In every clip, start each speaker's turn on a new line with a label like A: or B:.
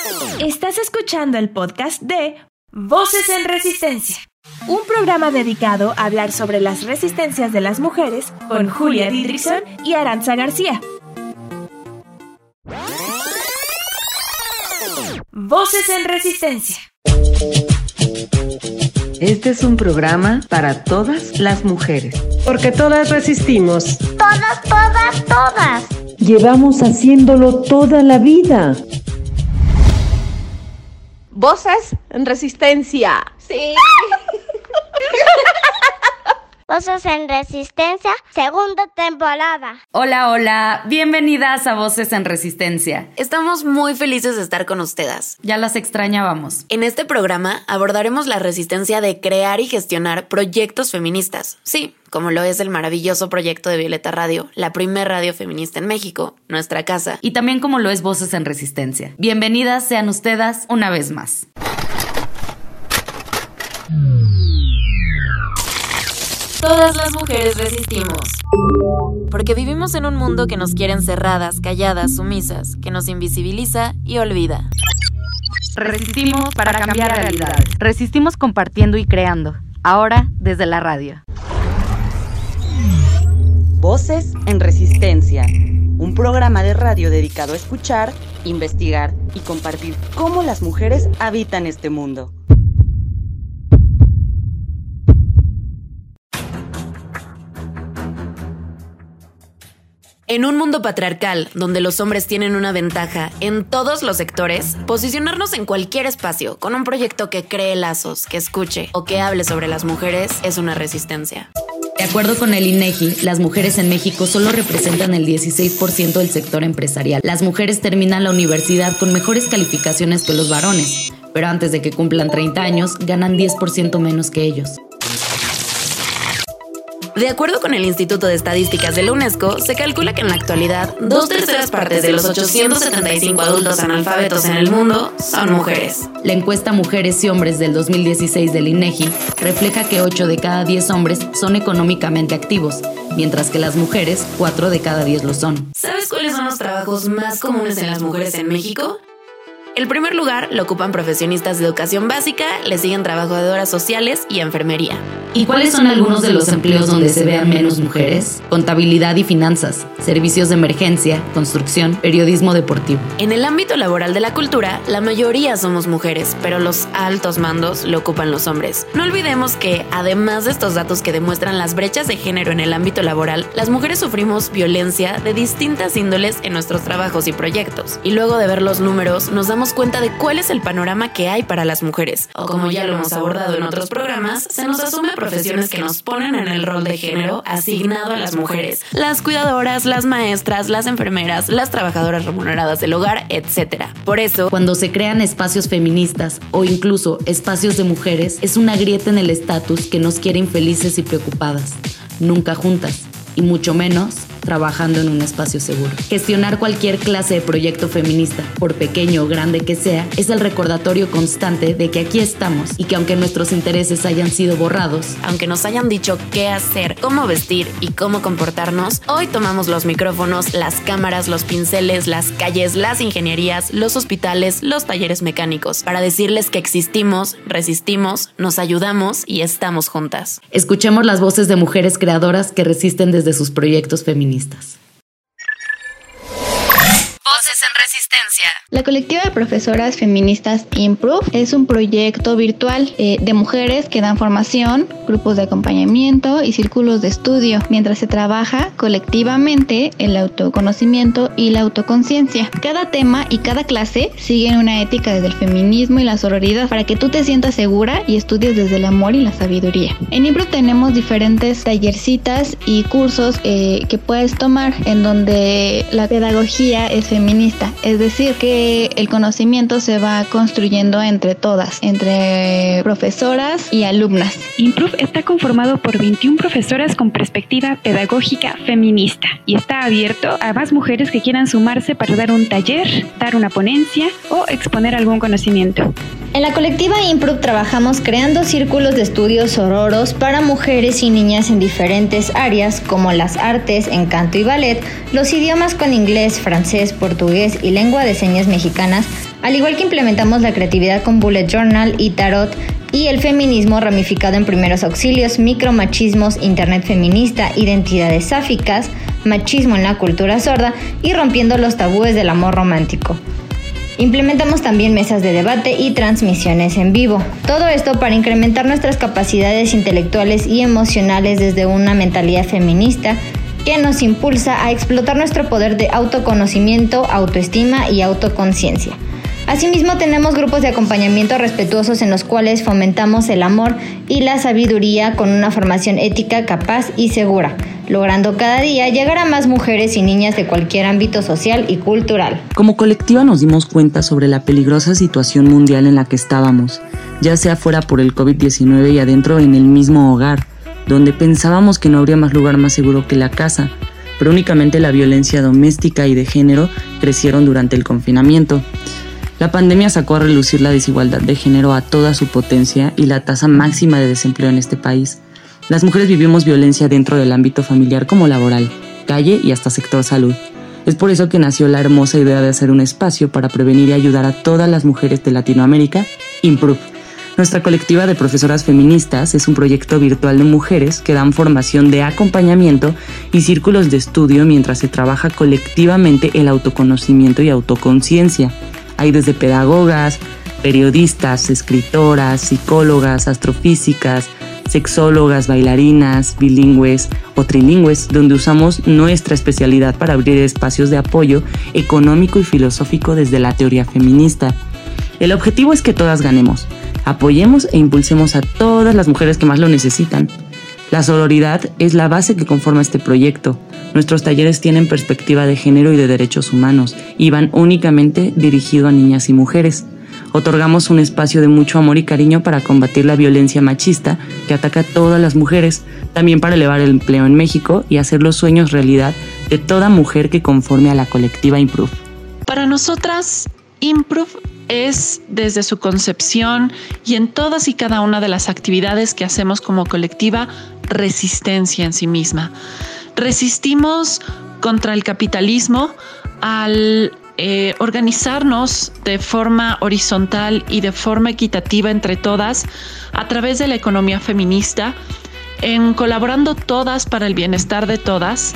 A: Estás escuchando el podcast de Voces en Resistencia, un programa dedicado a hablar sobre las resistencias de las mujeres con Julia Didrikson y Arantxa García. Voces en Resistencia.
B: Este es un programa para todas las mujeres.
C: Porque todas resistimos.
D: Todas, todas, todas.
C: Llevamos haciéndolo toda la vida.
E: Voces en Resistencia.
D: Sí. Voces en Resistencia, segunda temporada.
F: Hola, hola, bienvenidas a Voces en Resistencia.
G: Estamos muy felices de estar con ustedes.
F: Ya las extrañábamos.
G: En este programa abordaremos la resistencia de crear y gestionar proyectos feministas. Sí, como lo es el maravilloso proyecto de Violeta Radio, la primer radio feminista en México, nuestra casa.
F: Y también como lo es Voces en Resistencia. Bienvenidas sean ustedes una vez más.
G: Todas las mujeres resistimos. Porque vivimos en un mundo que nos quiere encerradas, calladas, sumisas, que nos invisibiliza y olvida.
F: Resistimos para cambiar realidades. Resistimos compartiendo y creando. Ahora desde la radio.
B: Voces en Resistencia, un programa de radio dedicado a escuchar, investigar y compartir cómo las mujeres habitan este mundo.
G: En un mundo patriarcal, donde los hombres tienen una ventaja en todos los sectores, posicionarnos en cualquier espacio con un proyecto que cree lazos, que escuche o que hable sobre las mujeres es una resistencia.
F: De acuerdo con el INEGI, las mujeres en México solo representan el 16% del sector empresarial. Las mujeres terminan la universidad con mejores calificaciones que los varones, pero antes de que cumplan 30 años, ganan 10% menos que ellos.
G: De acuerdo con el Instituto de Estadísticas de la UNESCO, se calcula que en la actualidad 2/3 partes de los 875 adultos analfabetos en el mundo son mujeres.
F: La encuesta Mujeres y Hombres del 2016 del INEGI refleja que 8 de cada 10 hombres son económicamente activos, mientras que las mujeres, 4 de cada 10 lo son.
G: ¿Sabes cuáles son los trabajos más comunes en las mujeres en México? El primer lugar lo ocupan profesionistas de educación básica, le siguen trabajadoras sociales y enfermería.
F: ¿Y cuáles son algunos de los empleos donde se vean menos mujeres? Contabilidad y finanzas, servicios de emergencia, construcción, periodismo deportivo.
G: En el ámbito laboral de la cultura, la mayoría somos mujeres, pero los altos mandos lo ocupan los hombres. No olvidemos que, además de estos datos que demuestran las brechas de género en el ámbito laboral, las mujeres sufrimos violencia de distintas índoles en nuestros trabajos y proyectos. Y luego de ver los números, nos damos cuenta de cuál es el panorama que hay para las mujeres. O como ya lo hemos abordado en otros programas, se nos asume profesiones que nos ponen en el rol de género asignado a las mujeres. Las cuidadoras, las maestras, las enfermeras, las trabajadoras remuneradas del hogar, etc. Por eso,
F: cuando se crean espacios feministas o incluso espacios de mujeres, es una grieta en el estatus que nos quiere infelices y preocupadas, nunca juntas, y mucho menos trabajando en un espacio seguro. Gestionar cualquier clase de proyecto feminista, por pequeño o grande que sea, es el recordatorio constante de que aquí estamos y que aunque nuestros intereses hayan sido borrados,
G: aunque nos hayan dicho qué hacer, cómo vestir y cómo comportarnos, hoy tomamos los micrófonos, las cámaras, los pinceles, las calles, las ingenierías, los hospitales, los talleres mecánicos, para decirles que existimos, resistimos, nos ayudamos y estamos juntas.
F: Escuchemos las voces de mujeres creadoras que resisten desde sus proyectos feministas.
G: Voces en Resistencia.
H: La colectiva de profesoras feministas Improve es un proyecto virtual de mujeres que dan formación, grupos de acompañamiento y círculos de estudio, mientras se trabaja colectivamente el autoconocimiento y la autoconciencia. Cada tema y cada clase siguen una ética desde el feminismo y la sororidad para que tú te sientas segura y estudies desde el amor y la sabiduría. En Improve tenemos diferentes tallercitas y cursos que puedes tomar en donde la pedagogía es feminista, es decir, que el conocimiento se va construyendo entre todas, entre profesoras y alumnas.
I: Improve está conformado por 21 profesoras con perspectiva pedagógica feminista y está abierto a más mujeres que quieran sumarse para dar un taller, dar una ponencia o exponer algún conocimiento.
H: En la colectiva Improve trabajamos creando círculos de estudios sororos para mujeres y niñas en diferentes áreas como las artes, en canto y ballet, los idiomas con inglés, francés, portugués y lengua de señas mexicanas, al igual que implementamos la creatividad con bullet journal y tarot y el feminismo ramificado en primeros auxilios, micromachismos, internet feminista, identidades sáficas, machismo en la cultura sorda y rompiendo los tabúes del amor romántico. Implementamos también mesas de debate y transmisiones en vivo. Todo esto para incrementar nuestras capacidades intelectuales y emocionales desde una mentalidad feminista que nos impulsa a explotar nuestro poder de autoconocimiento, autoestima y autoconciencia. Asimismo, tenemos grupos de acompañamiento respetuosos en los cuales fomentamos el amor y la sabiduría con una formación ética capaz y segura, logrando cada día llegar a más mujeres y niñas de cualquier ámbito social y cultural.
F: Como colectiva nos dimos cuenta sobre la peligrosa situación mundial en la que estábamos, ya sea fuera por el COVID-19 y adentro en el mismo hogar, donde pensábamos que no habría más lugar más seguro que la casa, pero únicamente la violencia doméstica y de género crecieron durante el confinamiento. La pandemia sacó a relucir la desigualdad de género a toda su potencia y la tasa máxima de desempleo en este país. Las mujeres vivimos violencia dentro del ámbito familiar como laboral, calle y hasta sector salud. Es por eso que nació la hermosa idea de hacer un espacio para prevenir y ayudar a todas las mujeres de Latinoamérica, Improve. Nuestra colectiva de profesoras feministas es un proyecto virtual de mujeres que dan formación de acompañamiento y círculos de estudio mientras se trabaja colectivamente el autoconocimiento y autoconciencia. Hay desde pedagogas, periodistas, escritoras, psicólogas, astrofísicas, sexólogas, bailarinas, bilingües o trilingües, donde usamos nuestra especialidad para abrir espacios de apoyo económico y filosófico desde la teoría feminista. El objetivo es que todas ganemos, apoyemos e impulsemos a todas las mujeres que más lo necesitan. La sororidad es la base que conforma este proyecto. Nuestros talleres tienen perspectiva de género y de derechos humanos y van únicamente dirigidos a niñas y mujeres. Otorgamos un espacio de mucho amor y cariño para combatir la violencia machista que ataca a todas las mujeres, también para elevar el empleo en México y hacer los sueños realidad de toda mujer que conforme a la colectiva Improve.
J: Para nosotras, Improve es desde su concepción y en todas y cada una de las actividades que hacemos como colectiva, resistencia en sí misma. Resistimos contra el capitalismo al organizarnos de forma horizontal y de forma equitativa entre todas a través de la economía feminista, en colaborando todas para el bienestar de todas.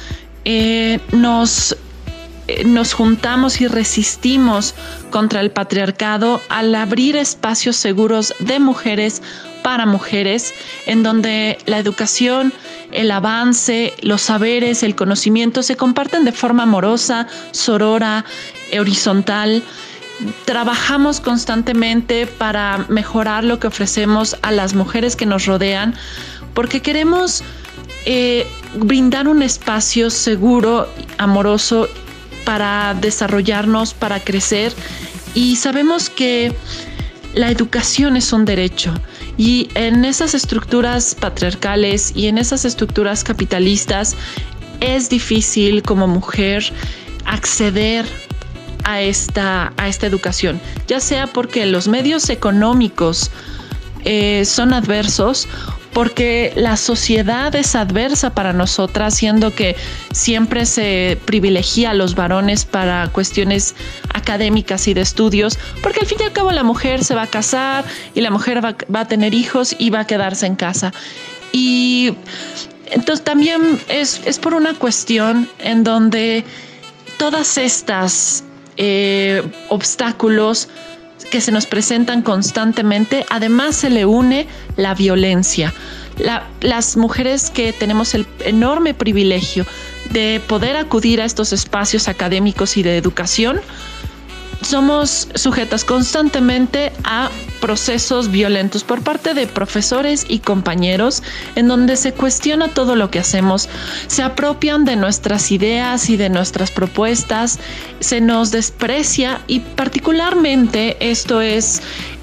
J: Nos juntamos y resistimos contra el patriarcado al abrir espacios seguros de mujeres para mujeres, en donde la educación, el avance, los saberes, el conocimiento se comparten de forma amorosa, sorora, horizontal. Trabajamos constantemente para mejorar lo que ofrecemos a las mujeres que nos rodean, porque queremos brindar un espacio seguro, amoroso, para desarrollarnos, para crecer, y sabemos que la educación es un derecho, y en esas estructuras patriarcales y en esas estructuras capitalistas es difícil como mujer acceder a esta educación, ya sea porque los medios económicos son adversos, porque la sociedad es adversa para nosotras, siendo que siempre se privilegia a los varones para cuestiones académicas y de estudios, porque al fin y al cabo la mujer se va a casar y la mujer va a tener hijos y va a quedarse en casa. Y entonces también es por una cuestión en donde todas estas obstáculos que se nos presentan constantemente, además se le une la violencia. Las mujeres que tenemos el enorme privilegio de poder acudir a estos espacios académicos y de educación, somos sujetas constantemente a procesos violentos por parte de profesores y compañeros, en donde se cuestiona todo lo que hacemos, se apropian de nuestras ideas y de nuestras propuestas, se nos desprecia, y particularmente esto es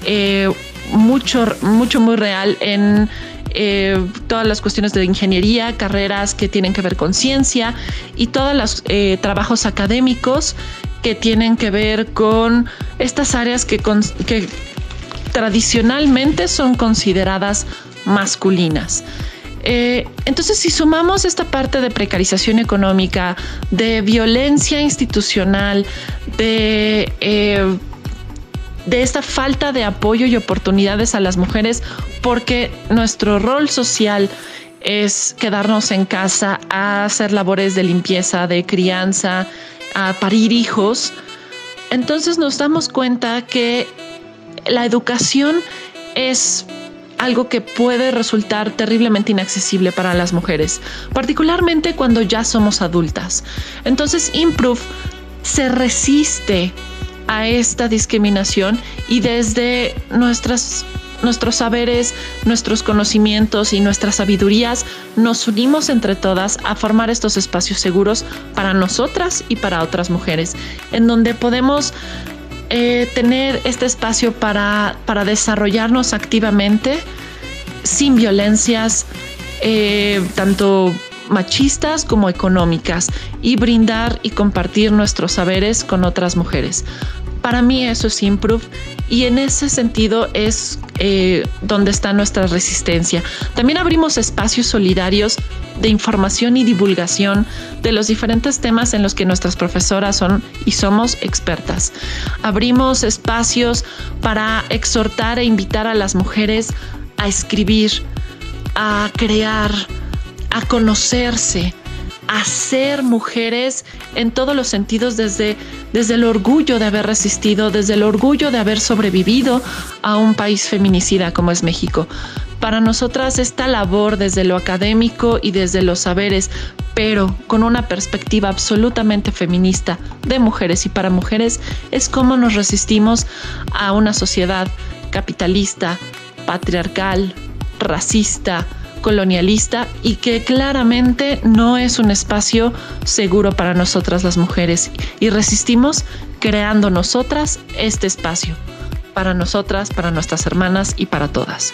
J: muy real en todas las cuestiones de ingeniería, carreras que tienen que ver con ciencia y todos los trabajos académicos que tienen que ver con estas áreas que tradicionalmente son consideradas masculinas. Entonces, si sumamos esta parte de precarización económica, de violencia institucional, de esta falta de apoyo y oportunidades a las mujeres, porque nuestro rol social es quedarnos en casa a hacer labores de limpieza, de crianza, a parir hijos, entonces nos damos cuenta que la educación es algo que puede resultar terriblemente inaccesible para las mujeres, particularmente cuando ya somos adultas. Entonces, Improve se resiste a esta discriminación y desde nuestros saberes, nuestros conocimientos y nuestras sabidurías nos unimos entre todas a formar estos espacios seguros para nosotras y para otras mujeres, en donde podemos tener este espacio para desarrollarnos activamente, sin violencias, tanto machistas como económicas, y brindar y compartir nuestros saberes con otras mujeres. Para mí eso es Improve, y en ese sentido es donde está nuestra resistencia. También abrimos espacios solidarios de información y divulgación de los diferentes temas en los que nuestras profesoras son y somos expertas. Abrimos espacios para exhortar e invitar a las mujeres a escribir, a crear, a conocerse, a ser mujeres en todos los sentidos, desde el orgullo de haber resistido, desde el orgullo de haber sobrevivido a un país feminicida como es México. Para nosotras esta labor desde lo académico y desde los saberes, pero con una perspectiva absolutamente feminista de mujeres y para mujeres, es cómo nos resistimos a una sociedad capitalista, patriarcal, racista, colonialista, y que claramente no es un espacio seguro para nosotras las mujeres, y resistimos creando nosotras este espacio para nosotras, para nuestras hermanas y para todas.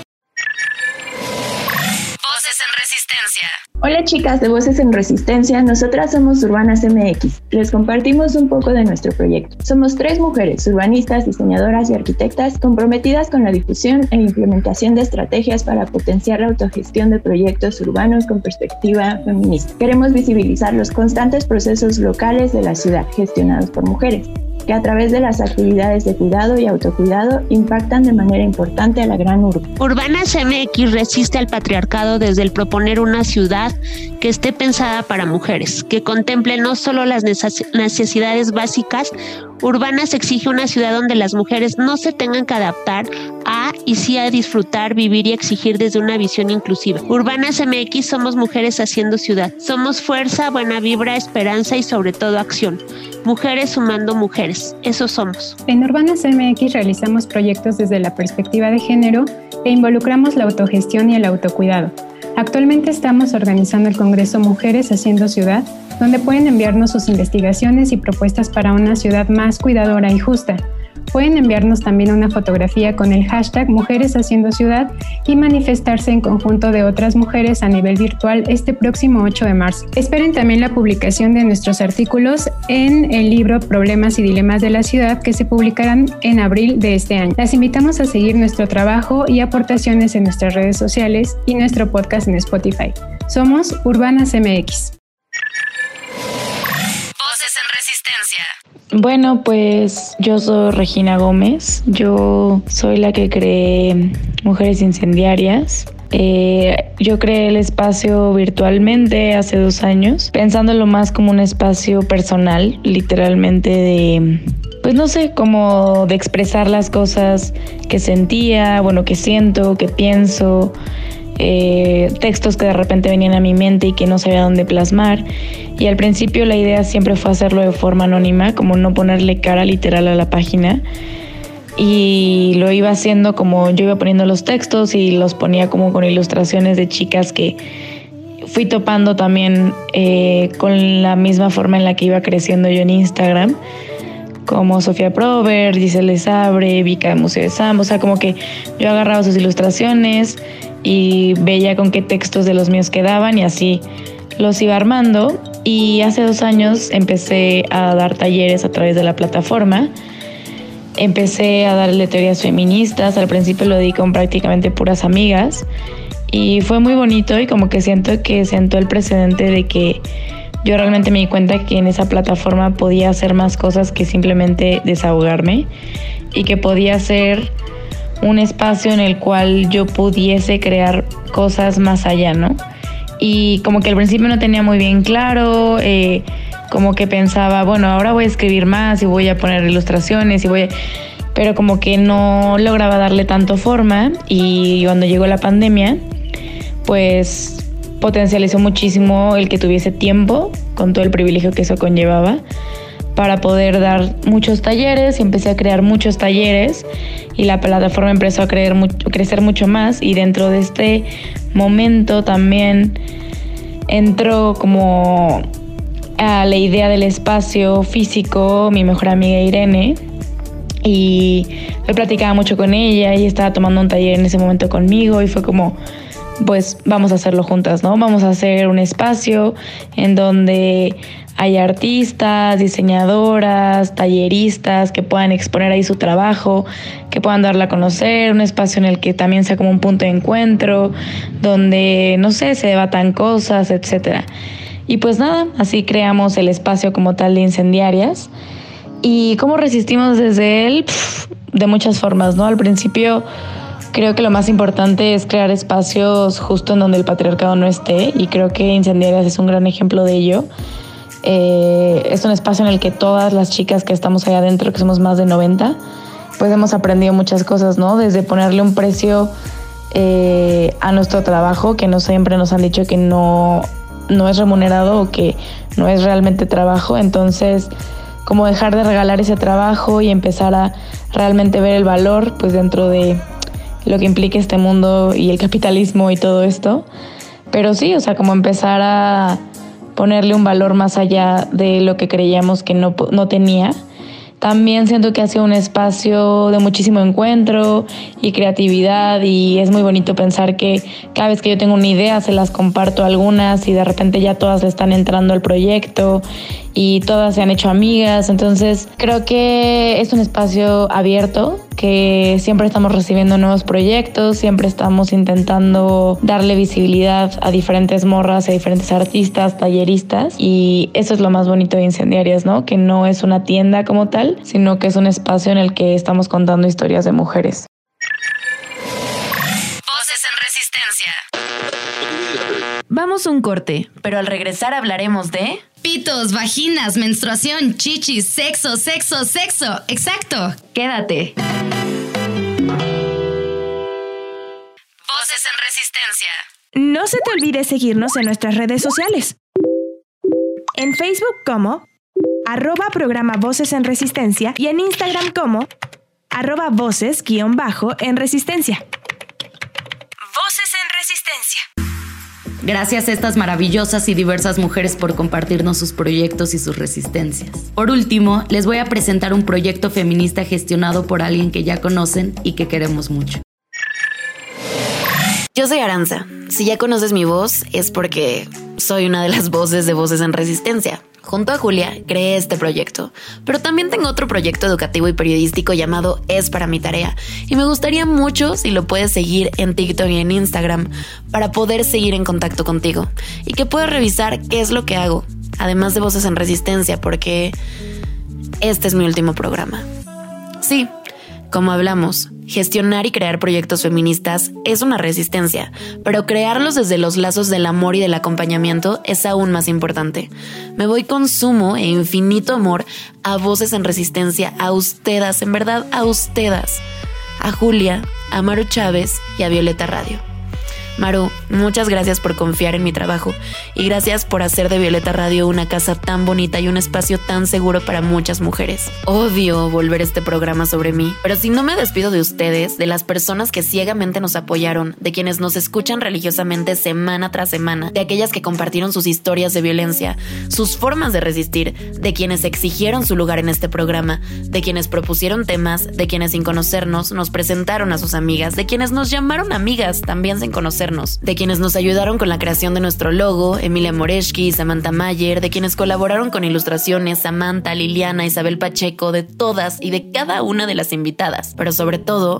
G: Voces en Resistencia.
K: Hola chicas de Voces en Resistencia, nosotras somos Urbanas MX. Les compartimos un poco de nuestro proyecto. Somos 3 mujeres, urbanistas, diseñadoras y arquitectas, comprometidas con la difusión e implementación de estrategias para potenciar la autogestión de proyectos urbanos con perspectiva feminista. Queremos visibilizar los constantes procesos locales de la ciudad gestionados por mujeres, que a través de las actividades de cuidado y autocuidado impactan de manera importante a la gran urbe.
L: Urbanas MX resiste al patriarcado desde el proponer una ciudad que esté pensada para mujeres, que contemple no solo las necesidades básicas. Urbanas exige una ciudad donde las mujeres no se tengan que adaptar a y sí a disfrutar, vivir y exigir desde una visión inclusiva. Urbanas MX somos mujeres haciendo ciudad. Somos fuerza, buena vibra, esperanza y sobre todo acción. Mujeres sumando mujeres. Eso somos.
M: En Urbanas MX realizamos proyectos desde la perspectiva de género e involucramos la autogestión y el autocuidado. Actualmente estamos organizando el Congreso Mujeres Haciendo Ciudad, donde pueden enviarnos sus investigaciones y propuestas para una ciudad más cuidadora y justa. Pueden enviarnos también una fotografía con el hashtag Mujeres Haciendo Ciudad y manifestarse en conjunto de otras mujeres a nivel virtual este próximo 8 de marzo. Esperen también la publicación de nuestros artículos en el libro Problemas y Dilemas de la Ciudad, que se publicarán en abril de este año. Las invitamos a seguir nuestro trabajo y aportaciones en nuestras redes sociales y nuestro podcast en Spotify. Somos Urbanas MX.
G: Voces en Resistencia.
N: Bueno, pues yo soy Regina Gómez, yo soy la que creé Mujeres Incendiarias. Yo creé el espacio virtualmente hace 2 años, pensándolo más como un espacio personal, literalmente de, pues no sé, como de expresar las cosas que sentía, bueno, que siento, que pienso, textos que de repente venían a mi mente y que no sabía dónde plasmar. Y al principio la idea siempre fue hacerlo de forma anónima, como no ponerle cara literal a la página. Y lo iba haciendo como yo iba poniendo los textos y los ponía como con ilustraciones de chicas que fui topando también con la misma forma en la que iba creciendo yo en Instagram, como Sofía Prover, Giselle Sabre, Vika de Museo de Sam. O sea, como que yo agarraba sus ilustraciones y veía con qué textos de los míos quedaban y así los iba armando. Y hace 2 años empecé a dar talleres a través de la plataforma empecé a darle teorías feministas. Al principio lo di con prácticamente puras amigas y fue muy bonito y como que siento que sentó el precedente de que yo realmente me di cuenta que en esa plataforma podía hacer más cosas que simplemente desahogarme y que podía ser un espacio en el cual yo pudiese crear cosas más allá, ¿no? Y como que al principio no tenía muy bien claro, como que pensaba, bueno, ahora voy a escribir más y voy a poner ilustraciones pero como que no lograba darle tanto forma, y cuando llegó la pandemia, pues potencializó muchísimo el que tuviese tiempo, con todo el privilegio que eso conllevaba, para poder dar muchos talleres, y empecé a crear muchos talleres y la plataforma empezó a crecer mucho más, y dentro de este momento también entró como a la idea del espacio físico mi mejor amiga Irene, y yo platicaba mucho con ella y estaba tomando un taller en ese momento conmigo y fue como, pues vamos a hacerlo juntas, ¿no? Vamos a hacer un espacio en donde hay artistas, diseñadoras, talleristas que puedan exponer ahí su trabajo, que puedan darla a conocer, un espacio en el que también sea como un punto de encuentro, donde, no sé, se debatan cosas, etcétera. Y pues nada, así creamos el espacio como tal de Incendiarias. ¿Y cómo resistimos desde él? De muchas formas, ¿no? Al principio creo que lo más importante es crear espacios justo en donde el patriarcado no esté, y creo que Incendiarias es un gran ejemplo de ello. Es un espacio en el que todas las chicas que estamos allá adentro, que somos más de 90, pues hemos aprendido muchas cosas, ¿no? Desde ponerle un precio a nuestro trabajo, que no siempre nos han dicho que no es remunerado o que no es realmente trabajo. Entonces, como dejar de regalar ese trabajo y empezar a realmente ver el valor, pues dentro de lo que implica este mundo y el capitalismo y todo esto. Pero sí, o sea, como empezar a ponerle un valor más allá de lo que creíamos que no tenía. También siento que ha sido un espacio de muchísimo encuentro y creatividad, y es muy bonito pensar que cada vez que yo tengo una idea se las comparto a algunas y de repente ya todas le están entrando al proyecto y todas se han hecho amigas. Entonces creo que es un espacio abierto, que siempre estamos recibiendo nuevos proyectos, siempre estamos intentando darle visibilidad a diferentes morras, a diferentes artistas, talleristas, y eso es lo más bonito de Incendiarias, ¿no? Que no es una tienda como tal, sino que es un espacio en el que estamos contando historias de mujeres.
G: Voces en Resistencia. Vamos a un corte, pero al regresar hablaremos de
F: pitos, vaginas, menstruación, chichis, sexo, sexo, sexo. Exacto.
G: Quédate. Voces en Resistencia.
A: No se te olvide seguirnos en nuestras redes sociales. En Facebook como @programa Voces en Resistencia y en Instagram como @voces_en Resistencia. Voces en Resistencia.
F: Gracias a estas maravillosas y diversas mujeres por compartirnos sus proyectos y sus resistencias. Por último, les voy a presentar un proyecto feminista gestionado por alguien que ya conocen y que queremos mucho.
G: Yo soy Aranza. Si ya conoces mi voz, es porque soy una de las voces de Voces en Resistencia. Junto a Julia, creé este proyecto, pero también tengo otro proyecto educativo y periodístico llamado Es para mi tarea, y me gustaría mucho si lo puedes seguir en TikTok y en Instagram para poder seguir en contacto contigo y que puedas revisar qué es lo que hago, además de Voces en Resistencia, porque este es mi último programa. Sí, como hablamos, gestionar y crear proyectos feministas es una resistencia, pero crearlos desde los lazos del amor y del acompañamiento es aún más importante. Me voy con sumo e infinito amor a Voces en Resistencia, a ustedes, en verdad a ustedes, a Julia, a Maru Chávez y a Violeta Radio. Maru, muchas gracias por confiar en mi trabajo y gracias por hacer de Violeta Radio una casa tan bonita y un espacio tan seguro para muchas mujeres. Odio volver este programa sobre mí, pero si no me despido de ustedes, de las personas que ciegamente nos apoyaron, de quienes nos escuchan religiosamente semana tras semana, de aquellas que compartieron sus historias de violencia, sus formas de resistir, de quienes exigieron su lugar en este programa, de quienes propusieron temas, de quienes sin conocernos nos presentaron a sus amigas, de quienes nos llamaron amigas también sin conocernos, conocernos, de quienes nos ayudaron con la creación de nuestro logo, Emilia Moreschki, Samantha Mayer, de quienes colaboraron con ilustraciones, Samantha, Liliana, Isabel Pacheco, de todas y de cada una de las invitadas, pero sobre todo,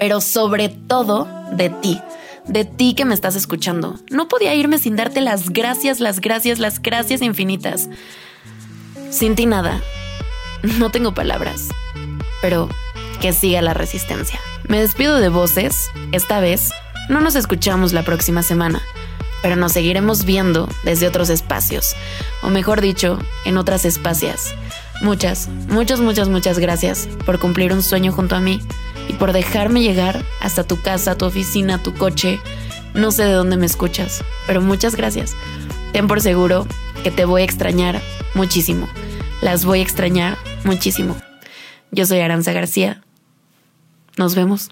G: de ti. De ti que me estás escuchando. No podía irme sin darte las gracias infinitas. Sin ti nada. No tengo palabras. Pero que siga la resistencia. Me despido de Voces. Esta vez no nos escuchamos la próxima semana, pero nos seguiremos viendo desde otros espacios. O mejor dicho, en otras espacias. Muchas gracias por cumplir un sueño junto a mí y por dejarme llegar hasta tu casa, tu oficina, tu coche. No sé de dónde me escuchas, pero muchas gracias. Ten por seguro que te voy a extrañar muchísimo. Las voy a extrañar muchísimo. Yo soy Aranza García. Nos vemos.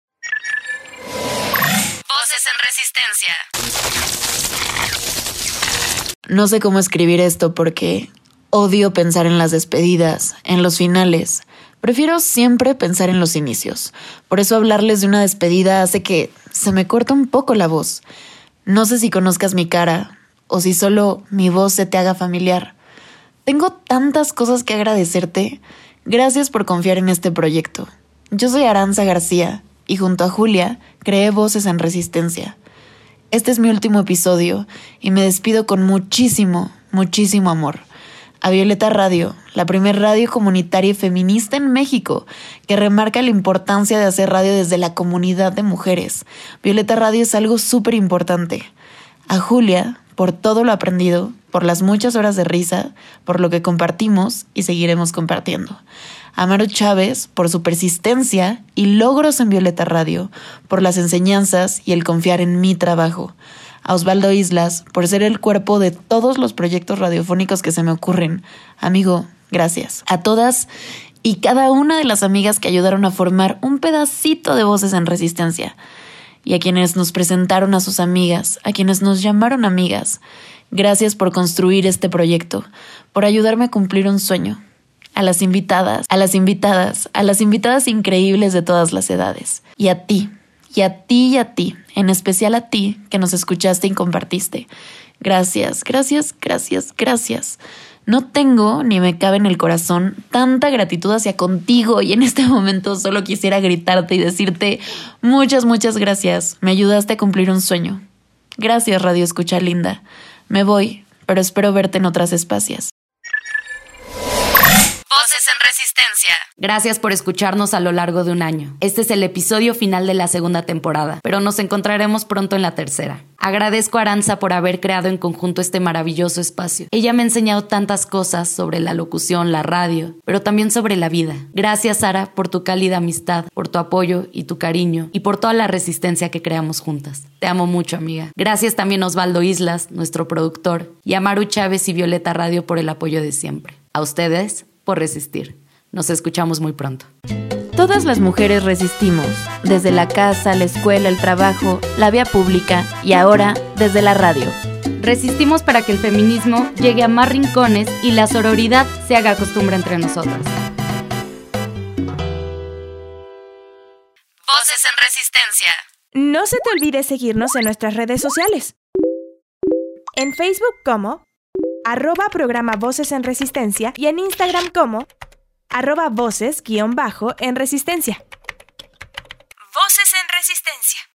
O: Voces en Resistencia.
G: No sé cómo escribir esto porque odio pensar en las despedidas, en los finales. Prefiero siempre pensar en los inicios. Por eso hablarles de una despedida hace que se me corta un poco la voz. No sé si conozcas mi cara o si solo mi voz se te haga familiar. Tengo tantas cosas que agradecerte. Gracias por confiar en este proyecto. Yo soy Aranza García y junto a Julia creé Voces en Resistencia. Este es mi último episodio y me despido con muchísimo amor. A Violeta Radio, la primer radio comunitaria y feminista en México, que remarca la importancia de hacer radio desde la comunidad de mujeres. Violeta Radio es algo súper importante. A Julia, por todo lo aprendido, por las muchas horas de risa, por lo que compartimos y seguiremos compartiendo. A Maru Chávez, por su persistencia y logros en Violeta Radio, por las enseñanzas y el confiar en mi trabajo. A Osvaldo Islas, por ser el cuerpo de todos los proyectos radiofónicos que se me ocurren. Amigo, gracias. A todas y cada una de las amigas que ayudaron a formar un pedacito de Voces en Resistencia. Y a quienes nos presentaron a sus amigas, a quienes nos llamaron amigas. Gracias por construir este proyecto, por ayudarme a cumplir un sueño. A las invitadas increíbles de todas las edades. Y a ti, en especial a ti que nos escuchaste y compartiste. Gracias. No tengo ni me cabe en el corazón tanta gratitud hacia contigo y en este momento solo quisiera gritarte y decirte muchas gracias. Me ayudaste a cumplir un sueño. Gracias, Radio Escucha Linda. Me voy, pero espero verte en otras espacios.
O: Voces en Resistencia.
F: Gracias por escucharnos a lo largo de un año. Este es el episodio final de la segunda temporada, pero nos encontraremos pronto en la tercera. Agradezco a Aranza por haber creado en conjunto este maravilloso espacio. Ella me ha enseñado tantas cosas sobre la locución, la radio, pero también sobre la vida. Gracias, Sara, por tu cálida amistad, por tu apoyo y tu cariño, y por toda la resistencia que creamos juntas. Te amo mucho, amiga. Gracias también a Osvaldo Islas, nuestro productor, y a Maru Chávez y Violeta Radio por el apoyo de siempre. A ustedes, por resistir. Nos escuchamos muy pronto.
A: Todas las mujeres resistimos, desde la casa, la escuela, el trabajo, la vía pública y ahora desde la radio.
F: Resistimos para que el feminismo llegue a más rincones y la sororidad se haga costumbre entre nosotras.
O: Voces en Resistencia.
A: No se te olvide seguirnos en nuestras redes sociales. En Facebook como @programa Voces en Resistencia y en Instagram como @voces_en Resistencia. Voces en Resistencia.